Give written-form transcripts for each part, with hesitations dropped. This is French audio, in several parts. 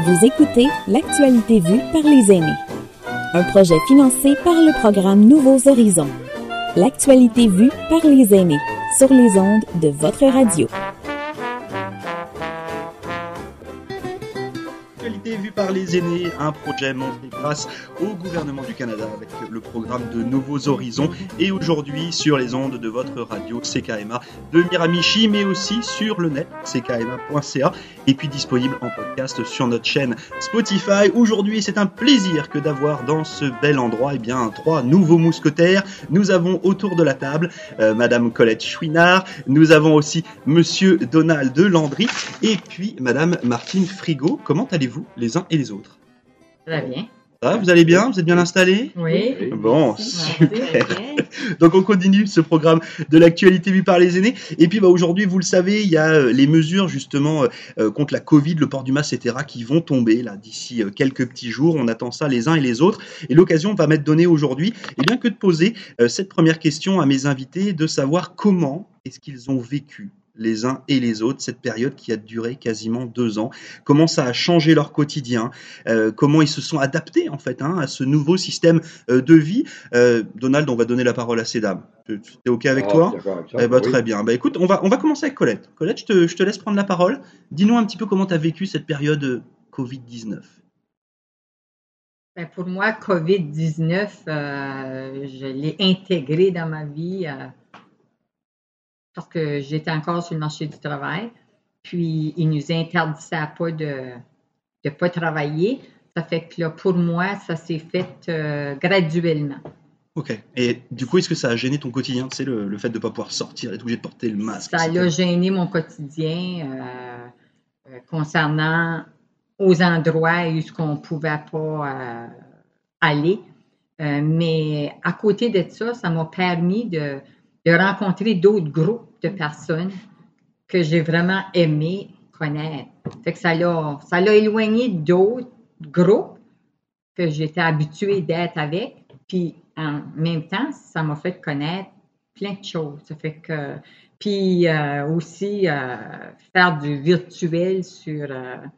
Vous écoutez l'actualité vue par les aînés. Un projet financé par le programme Nouveaux Horizons. L'actualité vue par les aînés sur les ondes de votre radio. L'actualité vue par les aînés, un projet monté grâce au gouvernement du Canada avec le programme de Nouveaux Horizons et aujourd'hui sur les ondes de votre radio CKMA de Miramichi, mais aussi sur le net ckma.ca et puis disponible en podcast sur notre chaîne Spotify. Aujourd'hui, c'est un plaisir que d'avoir dans ce bel endroit trois nouveaux mousquetaires. Nous avons autour de la table Madame Colette Chouinard, nous avons aussi Monsieur Donald Landry et puis Madame Martine Frigo. Comment allez-vous les uns et les autres? Très bien. Ça va, vous allez bien? Vous êtes bien installés? Oui. Bon, super. Donc on continue ce programme de l'actualité vue par les aînés. Et puis aujourd'hui, vous le savez, il y a les mesures justement contre la Covid, le port du masque, etc. qui vont tomber là d'ici quelques petits jours. On attend ça les uns et les autres. Et l'occasion va m'être donnée aujourd'hui, que de poser cette première question à mes invités, de savoir comment est-ce qu'ils ont vécu les uns et les autres, cette période qui a duré quasiment 2 ans, comment ça a changé leur quotidien, comment ils se sont adaptés en fait à ce nouveau système de vie. Donald, on va donner la parole à ces dames. T'es OK avec toi? Oui. Très bien. Écoute, on va commencer avec Colette. Colette, je te laisse prendre la parole. Dis-nous un petit peu comment tu as vécu cette période Covid-19. Pour moi, COVID-19, je l'ai intégré dans ma vie parce que j'étais encore sur le marché du travail, puis ils nous interdisaient pas de pas travailler. Ça fait que là, pour moi, ça s'est fait graduellement. OK. Et du coup, est-ce que ça a gêné ton quotidien, tu sais, le fait de ne pas pouvoir sortir, d'être obligé de porter le masque? Ça a gêné mon quotidien concernant aux endroits où on ne pouvait pas aller. Mais à côté de ça, ça m'a permis de rencontrer d'autres groupes de personnes que j'ai vraiment aimé connaître. Fait que ça l'a éloigné d'autres groupes que j'étais habituée d'être avec. Puis en même temps, ça m'a fait connaître plein de choses. Ça fait que puis aussi faire du virtuel sur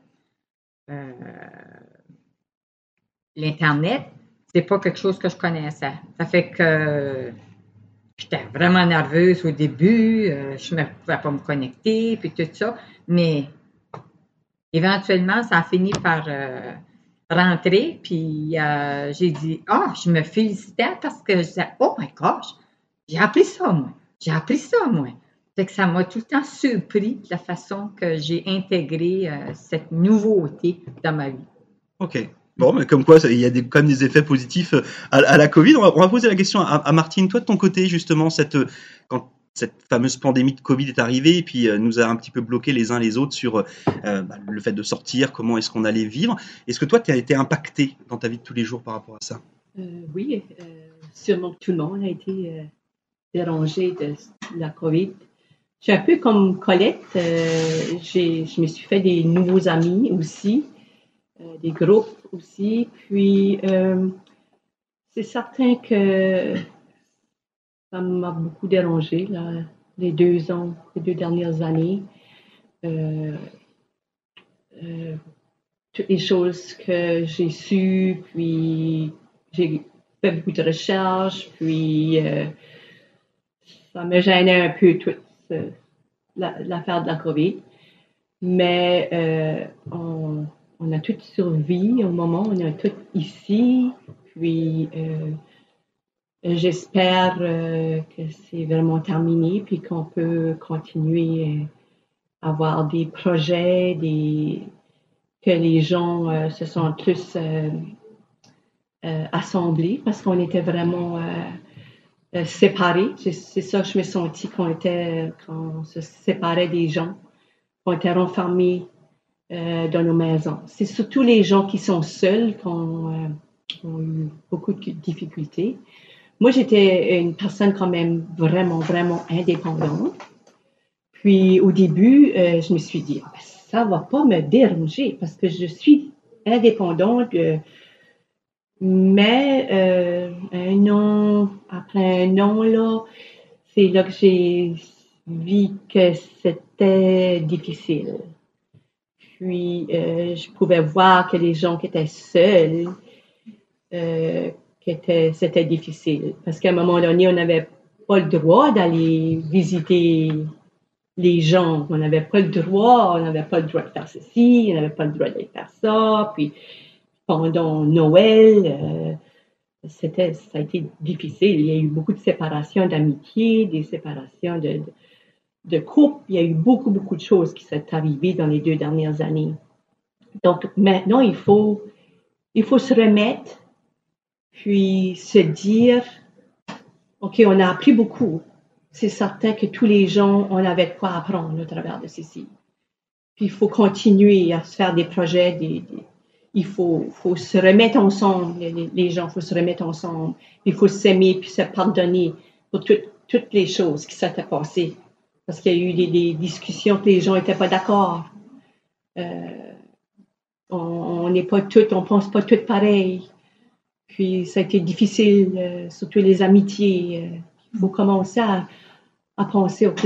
l'Internet, c'est pas quelque chose que je connaissais. Ça fait que j'étais vraiment nerveuse au début, je ne pouvais pas me connecter, puis tout ça, mais éventuellement, ça a fini par rentrer, puis j'ai dit, je me félicitais parce que je disais, oh my gosh, j'ai appris ça, moi. Fait que ça m'a tout le temps surpris de la façon que j'ai intégré cette nouveauté dans ma vie. OK. Bon, mais comme quoi, il y a quand même des effets positifs à la Covid. On va poser la question à Martine. Toi, de ton côté, justement, quand cette fameuse pandémie de Covid est arrivée et puis nous a un petit peu bloqué les uns les autres sur le fait de sortir, comment est-ce qu'on allait vivre. Est-ce que toi, tu as été impacté dans ta vie de tous les jours par rapport à ça? Oui, sûrement que tout le monde a été dérangé de la Covid. Je suis un peu comme Colette. Je me suis fait des nouveaux amis aussi. Des groupes aussi. Puis, c'est certain que ça m'a beaucoup dérangé, là, les 2 ans, les 2 dernières années. Toutes les choses que j'ai su, puis j'ai fait beaucoup de recherches, puis ça me gênait un peu toute l'affaire de la COVID. Mais on a tout survécu au moment, on est tous ici, puis j'espère que c'est vraiment terminé, puis qu'on peut continuer à avoir des projets, que les gens se sont plus assemblés, parce qu'on était vraiment séparés. C'est ça que je me sentis quand on se séparait des gens, qu'on était renfermés dans nos maisons. C'est surtout les gens qui sont seuls qui ont eu beaucoup de difficultés. Moi, j'étais une personne quand même vraiment, vraiment indépendante. Puis, au début, je me suis dit, ça ne va pas me déranger parce que je suis indépendante. Mais après un an, là, c'est là que j'ai vu que c'était difficile. Puis, je pouvais voir que les gens qui étaient seuls, c'était difficile. Parce qu'à un moment donné, on n'avait pas le droit d'aller visiter les gens. On n'avait pas le droit de faire ceci, on n'avait pas le droit de faire ça. Puis, pendant Noël, ça a été difficile. Il y a eu beaucoup de séparations d'amitié, des séparations de couple. Il y a eu beaucoup, beaucoup de choses qui sont arrivées dans les 2 dernières années. Donc, maintenant, il faut se remettre, puis se dire, OK, on a appris beaucoup. C'est certain que tous les gens, on avait de quoi apprendre au travers de ceci. Puis, il faut continuer à se faire des projets, il faut se remettre ensemble, les gens, il faut se remettre ensemble. Il faut s'aimer puis se pardonner pour toutes les choses qui s'étaient passées. Parce qu'il y a eu des discussions que les gens n'étaient pas d'accord. On n'est pas toutes, on pense pas toutes pareil. Puis ça a été difficile, surtout les amitiés. Il faut commencer à penser, OK,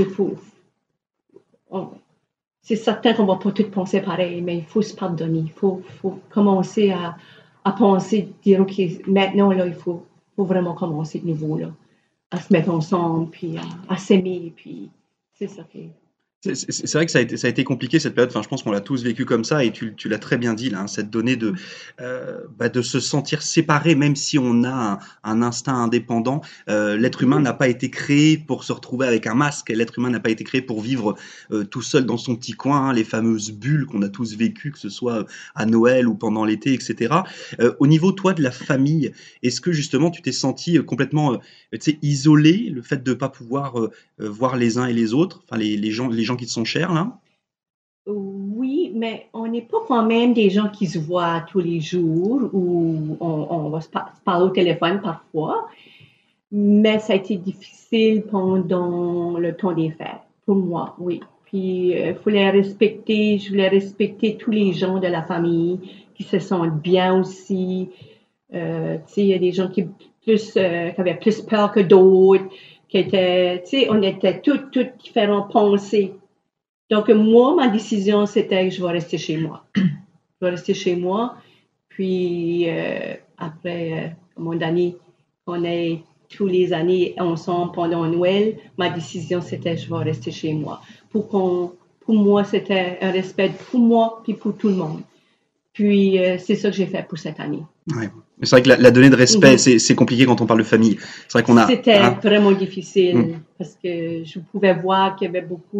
c'est certain qu'on va pas toutes penser pareil, mais il faut se pardonner. Il faut commencer à penser, dire, OK, maintenant, là, il faut vraiment commencer de nouveau, là, à se mettre ensemble, puis à s'aimer, puis c'est ça qui est. C'est vrai que ça a été compliqué cette période. Enfin, je pense qu'on l'a tous vécu comme ça et tu l'as très bien dit là, hein, cette donnée de se sentir séparé, même si on a un instinct indépendant. L'être humain n'a pas été créé pour se retrouver avec un masque. L'être humain n'a pas été créé pour vivre tout seul dans son petit coin, hein, les fameuses bulles qu'on a tous vécues, que ce soit à Noël ou pendant l'été, etc. Au niveau toi de la famille, est-ce que justement tu t'es senti complètement isolé, le fait de ne pas pouvoir voir les uns et les autres, enfin les gens qui te sont chers là? Oui, mais on n'est pas quand même des gens qui se voient tous les jours ou on va se parler au téléphone parfois. Mais ça a été difficile pendant le temps des fêtes, pour moi, oui. Puis, je voulais respecter tous les gens de la famille qui se sentent bien aussi. Tu sais, il y a des gens qui avaient plus peur que d'autres, qui étaient, tu sais, on était toutes différentes pensées. Donc, moi, ma décision, c'était que je vais rester chez moi. Je vais rester chez moi. Puis, après, mon année, on est tous les années ensemble pendant Noël, ma décision, c'était je vais rester chez moi. Pour moi, c'était un respect pour moi puis pour tout le monde. Puis, c'est ça que j'ai fait pour cette année. Ouais. Mais c'est vrai que la donnée de respect, c'est compliqué quand on parle de famille. C'est vrai qu'on a. C'était vraiment difficile parce que je pouvais voir qu'il y avait beaucoup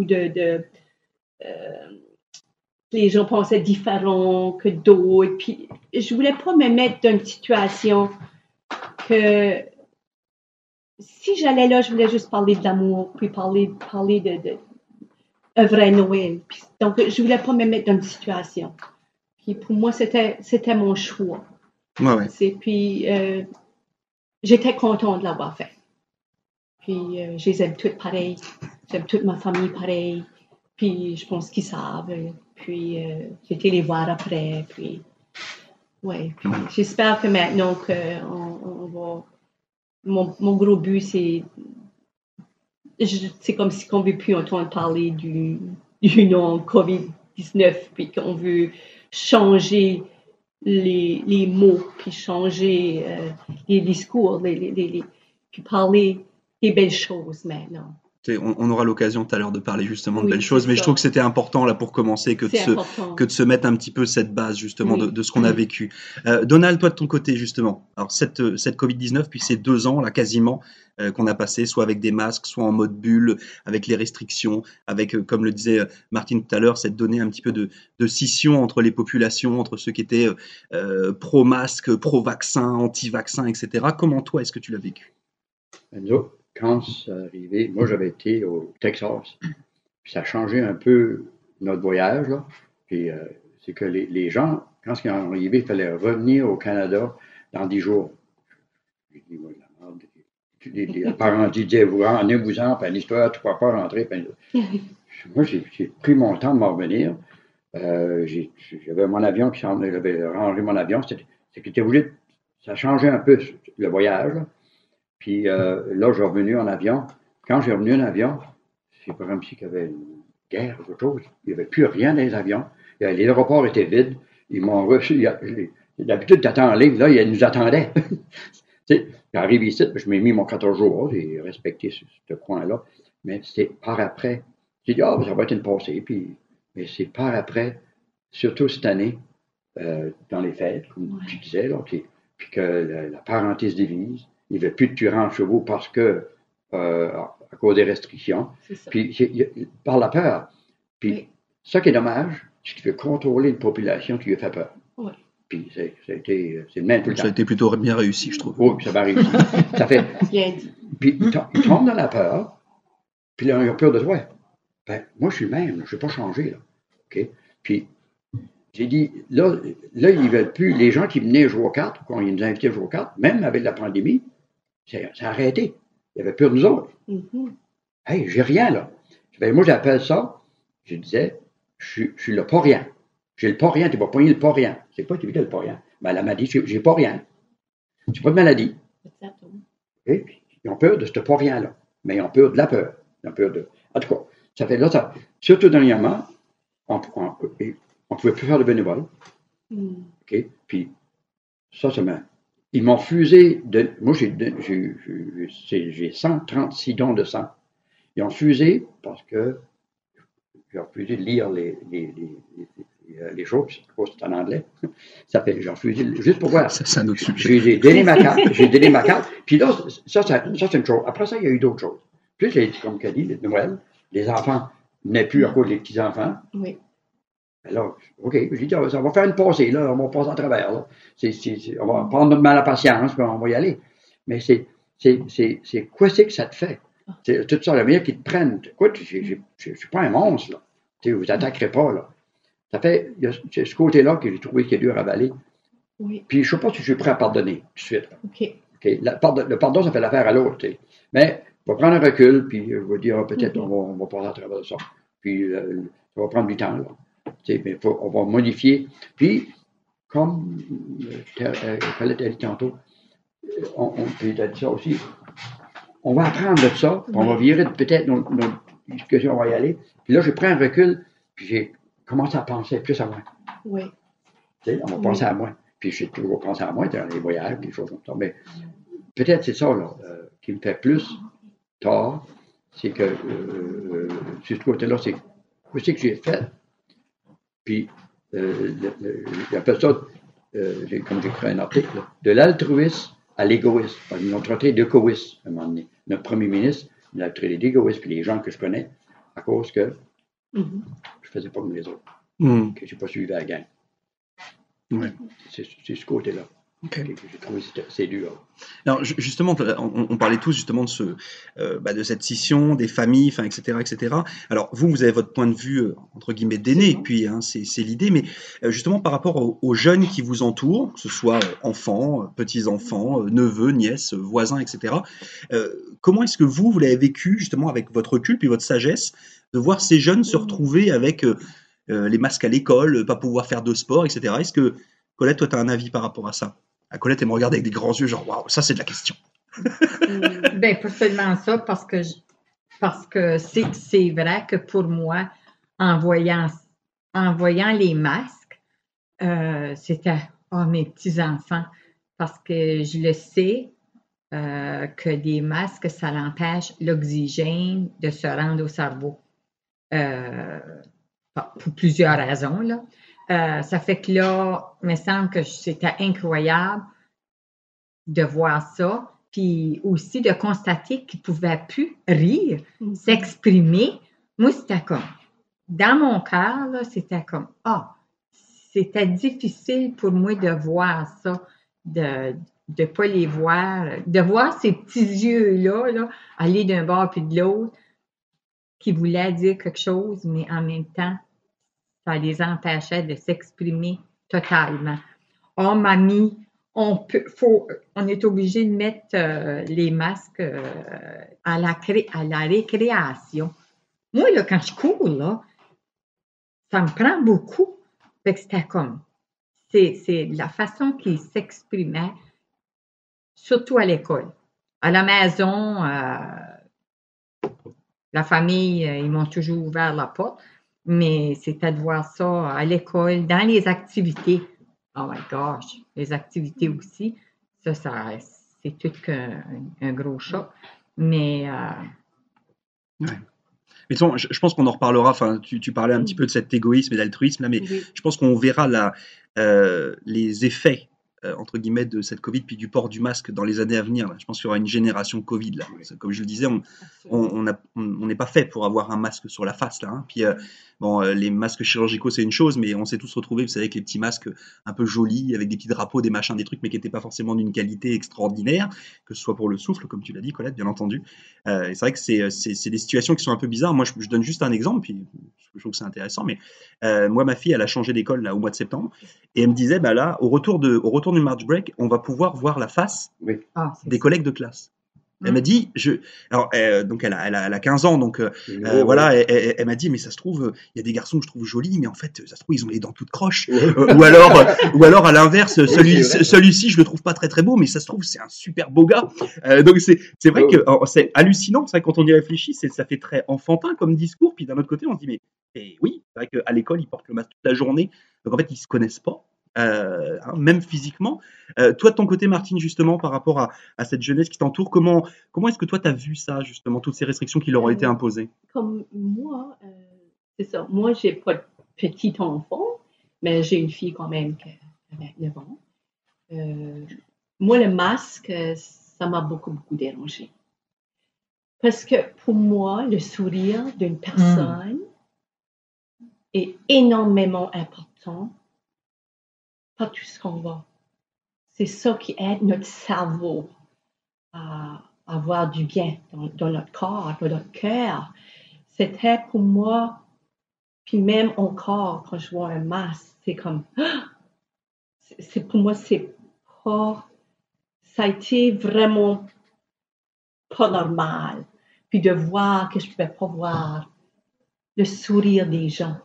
les gens pensaient différents que d'autres. Puis, je voulais pas me mettre dans une situation que si j'allais là, je voulais juste parler de l'amour, puis parler de un vrai Noël. Puis, donc, je voulais pas me mettre dans une situation. Puis, pour moi, c'était mon choix. Ouais. Puis, j'étais contente de l'avoir fait. Puis, je les aime toutes pareilles. J'aime toute ma famille pareille. Puis, je pense qu'ils savent. Puis, j'ai été les voir après. Puis, ouais. Puis, j'espère que maintenant qu'on va. Mon gros but, c'est comme si on ne veut plus entendre parler du nom COVID-19, puis qu'on veut changer les mots, puis changer les discours, puis parler des belles choses maintenant. On aura l'occasion tout à l'heure de parler justement de belles choses, mais je trouve que c'était important là pour commencer que de se mettre un petit peu cette base justement de ce qu'on a vécu. Donald, toi de ton côté justement, alors cette Covid-19, puis ces 2 ans là quasiment qu'on a passé, soit avec des masques, soit en mode bulle, avec les restrictions, avec comme le disait Martine tout à l'heure, cette donnée un petit peu de scission entre les populations, entre ceux qui étaient pro-masque, pro-vaccin, anti-vaccin, etc. Comment toi est-ce que tu l'as vécu? Quand c'est arrivé, moi j'avais été au Texas, puis ça a changé un peu notre voyage, là. Puis c'est que les gens, quand ils sont arrivés, il fallait revenir au Canada dans 10 jours. J'ai dit, moi, la merde. Les parents disaient, vous rendez-vous-en, puis l'histoire, tu ne pourras pas rentrer. Moi, j'ai pris mon temps de m'en revenir. J'avais mon avion j'avais rangé mon avion. C'était obligé, ça a changé un peu le voyage, là. Puis là, je suis revenu en avion. Quand j'ai revenu en avion, c'est pas comme s'il y avait une guerre ou autre chose. Il n'y avait plus rien dans les avions. L'aéroport était vide. Ils m'ont reçu. D'habitude, tu attends en ligne. Là, ils nous attendaient. J'arrive ici, je m'ai mis mon 14 jours. J'ai respecté ce coin-là. Mais c'est par après. J'ai dit, ça va être une passée. Mais c'est par après, surtout cette année, dans les fêtes, comme tu disais, là, puis que la parenté se divise. Il ne veut plus de tuer en chevaux parce que, à cause des restrictions. Puis, par la peur. Puis, ça qui est dommage, c'est qu'il veut contrôler une population qui lui fait peur. Oui. Puis, c'est le même tout le temps. Ça a été plutôt bien réussi, je trouve. Oui, ça va réussir. Ça fait. Bien dit. Puis, ils tombent dans la peur, puis là, ils ont peur de toi. Ben, moi, je suis le même, je ne vais pas changer, là. OK? Puis, j'ai dit, là, ils ne veulent plus. Les gens qui venaient jouer aux cartes, quand ils nous invitaient à jouer aux cartes, même avec la pandémie, ça a arrêté. Ils avaient peur de nous autres. Hey, j'ai rien, là. Moi, j'appelle ça, je disais, je suis le pas rien. J'ai le pas rien, tu vas pogner le pas rien. C'est pas tu veux le pas rien. Ben, elle m'a dit, j'ai pas rien. J'ai pas de maladie. Et puis, ils ont peur de ce pas rien-là. Mais ils ont peur de la peur. Ils ont peur de. En tout cas, ça fait là, surtout dernièrement, on ne pouvait plus faire de bénévoles. OK? Puis, ça m'a. Ils m'ont refusé de. Moi, j'ai 136 dons de sang. Ils ont refusé parce que j'ai refusé de lire les choses, c'est en anglais. Ça fait, j'ai refusé juste pour voir. C'est un autre sujet. J'ai donné ma carte. Puis là, ça c'est une chose. Après ça, il y a eu d'autres choses. Puis, comme qu'a dit, les Noël, les enfants venaient plus à cause des petits-enfants. Oui. Alors, OK, j'ai dit, on va faire une passée, là, on va passer à travers. Là. On va prendre notre mal à patience, puis on va y aller. Mais c'est quoi c'est que ça te fait? C'est tout ça, la manière qu'ils te prennent. Écoute, je suis pas un monstre, là. Vous n'attaquerez pas, là. Ça fait, il y a ce côté-là que j'ai trouvé qui est dur à avaler. Oui. Puis, je ne sais pas si je suis prêt à pardonner tout de suite. OK. Le pardon, ça fait l'affaire à l'autre. Mais, on va prendre un recul, puis je vais dire, peut-être, on va passer à travers ça. Puis, ça va prendre du temps, là. Mais on va modifier. Puis, comme Colette a dit tantôt, puis tu as dit ça aussi, on va apprendre de ça, puis on va virer peut-être notre discussion, on va y aller. Puis là, j'ai pris un recul, puis j'ai commencé à penser plus à moi. Oui. On va penser à moi. Puis j'ai toujours pensé à moi dans les voyages, des choses comme ça. Mais peut-être c'est ça là, qui me fait plus tort, c'est que sur ce côté-là, c'est quoi c'est que j'ai fait. Puis, j'appelle ça, comme j'ai écrit un article, là, de l'altruisme à l'égoïsme. Ils ont traité d'égoïsme à un moment donné. Notre premier ministre, il a traité d'égoïsme, puis les gens que je connais, à cause que je ne faisais pas comme les autres, que je n'ai pas suivi la gang. Ouais. C'est ce côté-là. Okay. Que j'ai trouvé c'est dur. Alors justement, on parlait tous justement de cette scission des familles, enfin etc. Alors vous avez votre point de vue entre guillemets d'aîné, puis c'est l'idée, mais justement par rapport aux jeunes qui vous entourent, que ce soit enfants, petits-enfants, neveux, nièces, voisins, etc. Comment est-ce que vous l'avez vécu justement avec votre recul puis votre sagesse de voir ces jeunes se retrouver avec les masques à l'école, pas pouvoir faire de sport, etc. Est-ce que Colette, toi, tu as un avis par rapport à ça? Colette, elle me regarde avec des grands yeux, genre, waouh, ça, c'est de la question. Ben, pas seulement ça, parce que c'est vrai que pour moi, en voyant les masques, c'était, mes petits-enfants, parce que je le sais que des masques, ça empêche l'oxygène de se rendre au cerveau. Pour plusieurs raisons, là. Ça fait que là, il me semble que c'était incroyable de voir ça, puis aussi de constater qu'ils ne pouvaient plus rire, s'exprimer. Moi, c'était comme, dans mon cœur, là, c'était comme, c'était difficile pour moi de voir ça, de ne pas les voir, de voir ces petits yeux-là, là, aller d'un bord puis de l'autre, qui voulaient dire quelque chose, mais en même temps, ça les empêchait de s'exprimer totalement. Mamie, on est obligé de mettre les masques à la récréation. Moi, là, quand je cours, là, ça me prend beaucoup. Fait que c'était comme, c'est la façon qu'ils s'exprimaient, surtout à l'école. À la maison, la famille, ils m'ont toujours ouvert la porte. Mais c'était de voir ça à l'école, dans les activités. Oh my gosh, les activités aussi. Ça c'est tout qu'un gros choc. Mais Ouais. Mais je pense qu'on en reparlera. Enfin, tu parlais un petit peu de cet égoïsme et d'altruisme là, mais Oui. je pense qu'on verra les effets entre guillemets de cette Covid puis du port du masque dans les années à venir. Là. Je pense qu'il y aura une génération Covid là. Comme je le disais, on n'est pas fait pour avoir un masque sur la face là. Hein. Puis les masques chirurgicaux c'est une chose, mais on s'est tous retrouvés, vous savez, avec les petits masques un peu jolis, avec des petits drapeaux, des machins, des trucs, mais qui n'étaient pas forcément d'une qualité extraordinaire, que ce soit pour le souffle, comme tu l'as dit, Colette, bien entendu. Et c'est vrai que c'est des situations qui sont un peu bizarres. Moi, je donne juste un exemple, puis je trouve que c'est intéressant. Mais moi, ma fille, elle a changé d'école là au mois de septembre, et elle me disait, bah là, au retour du March Break, on va pouvoir voir la face des collègues de classe. Elle m'a dit, donc elle a 15 ans, donc voilà, elle m'a dit, mais ça se trouve, il y a des garçons que je trouve jolis, mais en fait, ça se trouve, ils ont les dents toutes croches. ou alors à l'inverse, celui-ci, je le trouve pas très très beau, mais ça se trouve, c'est un super beau gars. Donc c'est vrai que c'est hallucinant, c'est vrai que quand on y réfléchit, ça fait très enfantin comme discours, puis d'un autre côté, on se dit, mais oui, c'est vrai qu'à l'école, ils portent le masque toute la journée, donc en fait, ils se connaissent pas. Même physiquement. Toi, de ton côté, Martine, justement, par rapport à cette jeunesse qui t'entoure, comment est-ce que toi, tu as vu ça, justement, toutes ces restrictions qui leur ont été imposées? Comme moi, c'est ça. Moi, j'ai pas de petit enfant, mais j'ai une fille quand même qui a 29 ans. Moi, le masque, ça m'a beaucoup dérangé. Parce que pour moi, le sourire d'une personne est énormément important. Pas tout ce qu'on voit. C'est ça qui aide notre cerveau à avoir du bien dans notre corps, dans notre cœur. C'était pour moi, puis même encore quand je vois un masque, c'est comme, pour moi, c'est pas, ça a été vraiment pas normal. Puis de voir que je pouvais pas voir le sourire des gens.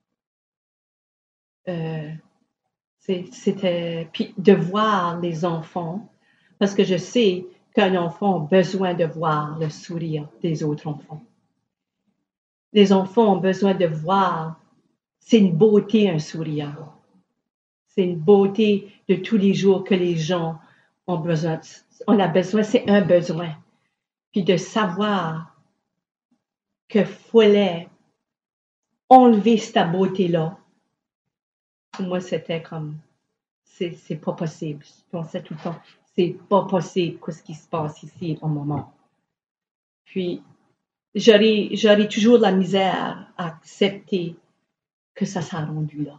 C'était puis de voir les enfants, parce que je sais qu'un enfant a besoin de voir le sourire des autres enfants. Les enfants ont besoin de voir, c'est une beauté un sourire. C'est une beauté de tous les jours que les gens ont besoin. On a besoin, c'est un besoin. Puis de savoir qu'il fallait enlever cette beauté-là. Pour moi, c'était comme, c'est pas possible. Je pensais tout le temps, c'est pas possible ce qui se passe ici au moment. Puis, j'aurais toujours de la misère à accepter que ça s'est rendu là.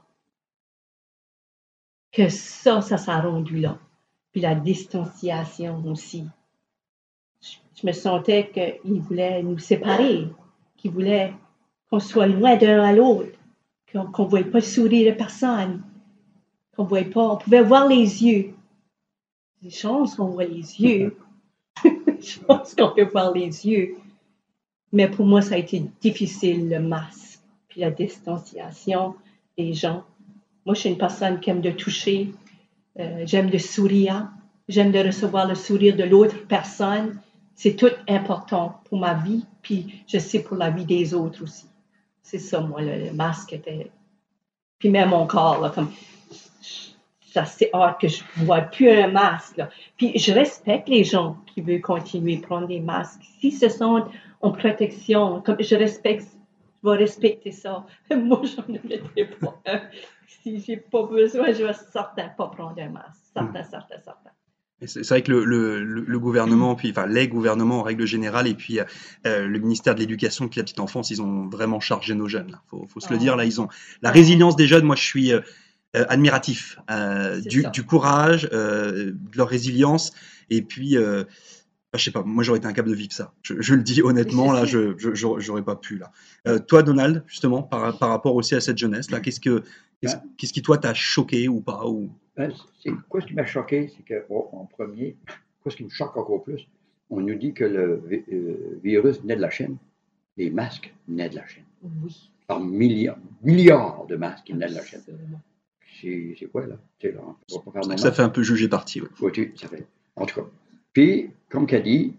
Que ça s'est rendu là. Puis la distanciation aussi. Je me sentais qu'ils voulaient nous séparer, qu'ils voulaient qu'on soit loin d'un à l'autre, qu'on ne voyait pas le sourire de personne, qu'on ne voyait pas, on pouvait voir les yeux. Des chances qu'on voit les yeux, je pense qu'on peut voir les yeux. Mais pour moi, ça a été difficile, le masque, puis la distanciation des gens. Moi, je suis une personne qui aime de toucher, j'aime de sourire, j'aime de recevoir le sourire de l'autre personne. C'est tout important pour ma vie, puis je sais pour la vie des autres aussi. C'est ça, moi, le masque était... Puis même mon corps, là, comme... Ça, c'est hâte que je ne vois plus un masque, là. Puis je respecte les gens qui veulent continuer à prendre des masques. S'ils se sentent en protection, comme je vais respecter ça. Moi, je n'en mettrai pas un. Si je n'ai pas besoin, je ne vais certainement pas prendre un masque. Certain. C'est vrai que le gouvernement, puis enfin les gouvernements en règle générale, et puis le ministère de l'Éducation, puis la petite enfance, ils ont vraiment chargé nos jeunes. Faut se le dire, là, ils ont la résilience des jeunes. Moi, je suis admiratif du courage, de leur résilience, et puis je sais pas, moi j'aurais été incapable de vivre ça. Je le dis honnêtement, là, j'aurais pas pu là. Toi, Donald, justement, par rapport aussi à cette jeunesse, là, qu'est-ce qui toi t'a choqué ou pas ou... Quoi ce qui m'a choqué, c'est qu'en premier, quoi ce qui me choque encore plus, on nous dit que le virus venait de la Chine, les masques venaient de la Chine. Oui. Par milliards de masques qui venaient de la Chine. C'est quoi, là? Ça fait un peu juger parti. Ouais. Oui, ça fait. En tout cas. Puis, comme qu'a dit,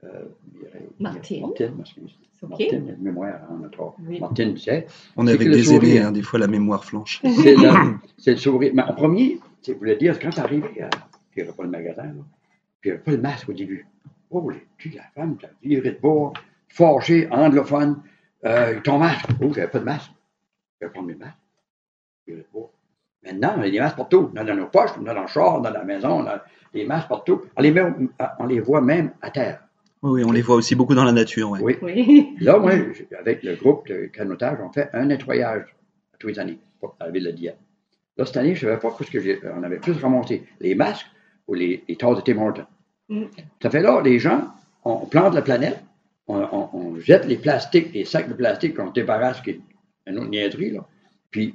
Martine. Excuse. C'est OK. Martine, la mémoire en a trois. Oui. Martine disait. On est c'est avec que le des aînés, sourire, hein, des fois la mémoire flanche. c'est le sourire. Mais en premier, je voulais dire, quand tu arrivé, puis il n'y avait pas le magasin, là, puis il n'y avait pas le masque au début. Oh, la femme, t'as viré de bord, fâché, anglophone, ton masque. Oh, j'avais pas de masque. Je vais prendre mes masques. Viré de bord. Maintenant, on a des masques partout. On a dans nos poches, on a dans le char, dans la maison, on a des masques partout. On les voit même à terre. Oui, on les voit aussi beaucoup dans la nature. Ouais. Oui. Oui. Là, moi, avec le groupe de canotage, on fait un nettoyage tous les années à la ville de Dieppe. Là, cette année, je ne savais pas on avait plus remonté les masques ou les tasses de Tim Hortons. Ça fait là, les gens, on plante la planète, on jette les plastiques, les sacs de plastique qu'on débarrasse, qui est une autre niaiserie, là. Puis,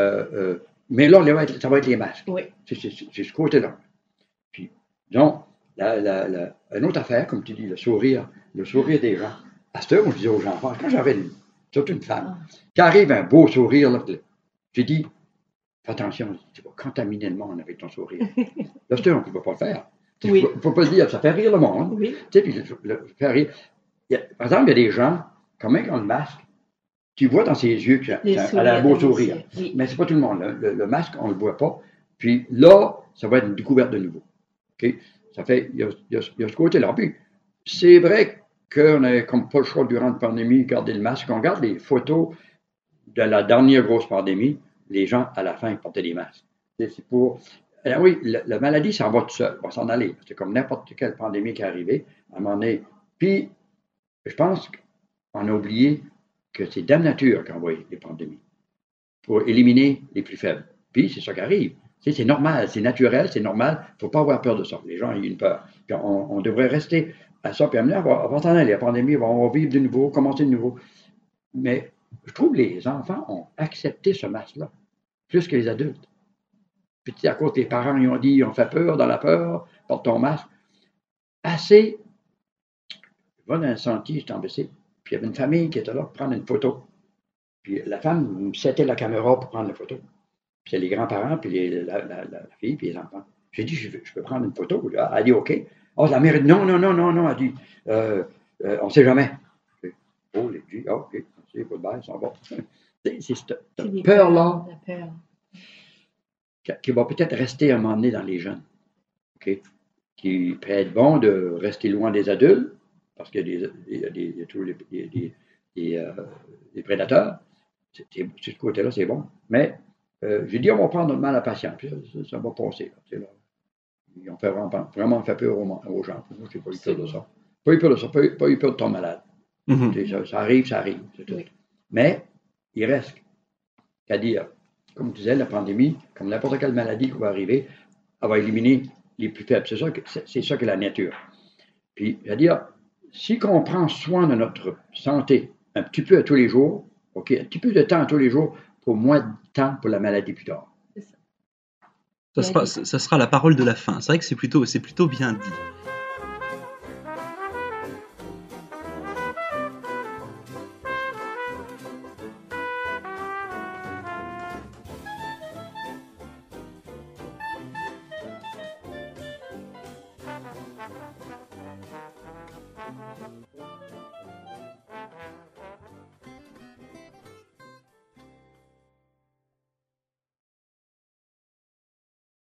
mais là, ça va être les masques. Oui. C'est ce côté-là. Puis, disons, une autre affaire, comme tu dis, le sourire des gens. À cette heure, on disait aux gens, quand j'avais surtout une femme, qui arrive un beau sourire, là, j'ai dit, fais attention, tu vas contaminer le monde avec ton sourire. Là, cette heure, on ne peut pas le faire. Oui. Il ne faut pas le dire, ça fait rire le monde. Oui. Tu sais, puis faire rire. Par exemple, il y a des gens, quand même, qui ont le masque, tu vois dans ses yeux qu'elle a un beau sourire. Oui. Mais ce n'est pas tout le monde. Le masque, on ne le voit pas. Puis là, ça va être une découverte de nouveau. Okay? Ça fait, il y a ce côté-là. Puis, c'est vrai qu'on n'a comme pas le choix durant la pandémie de garder le masque. On regarde les photos de la dernière grosse pandémie, les gens, à la fin, ils portaient des masques. C'est pour... Alors oui, la maladie s'en va tout seul, va s'en aller. C'est comme n'importe quelle pandémie qui est arrivée, à un moment donné. Puis, je pense qu'on a oublié que c'est Dame Nature qui envoie les pandémies pour éliminer les plus faibles. Puis, c'est ça qui arrive. C'est normal, c'est naturel, c'est normal. Il ne faut pas avoir peur de ça. Les gens ont une peur. Puis on devrait rester à ça. Puis on va s'en aller. La pandémie, on va vivre de nouveau, commencer de nouveau. Mais je trouve que les enfants ont accepté ce masque-là, plus que les adultes. Puis à cause des parents, ils ont dit, on fait peur, dans la peur, porte ton masque. Assez. Je vais dans un sentier, j'étais en bicycle. Puis il y avait une famille qui était là pour prendre une photo. Puis la femme c'était la caméra pour prendre la photo. Puis c'est les grands-parents, puis la fille, puis les enfants. J'ai dit, je peux prendre une photo. Elle a dit, OK. Oh, la mère a dit, non. Elle a dit, on ne sait jamais. Oh, les dit, OK, c'est pas de bail, ils sont bons. C'est cette peur-là qui va peut-être rester à un moment donné dans les jeunes. OK? Qui peut être bon de rester loin des adultes, parce qu'il y a toujours des prédateurs. Ce côté-là, c'est bon. Mais j'ai dit, on va prendre notre mal à patience. Puis ça va passer. Là. Ils ont fait vraiment fait peur aux gens. Moi, je n'ai pas eu peur de ça. Pas eu peur de ça. Pas eu peur de tomber malade. Ça arrive. C'est tout. Mais il reste qu'à dire, comme tu disais, la pandémie, comme n'importe quelle maladie qui va arriver, elle va éliminer les plus faibles. C'est ça que la nature. Puis, c'est-à-dire, si on prend soin de notre santé un petit peu à tous les jours, OK, un petit peu de temps à tous les jours, pour moins de temps pour la maladie plus tard. Ça sera la parole de la fin. C'est vrai que c'est plutôt bien dit.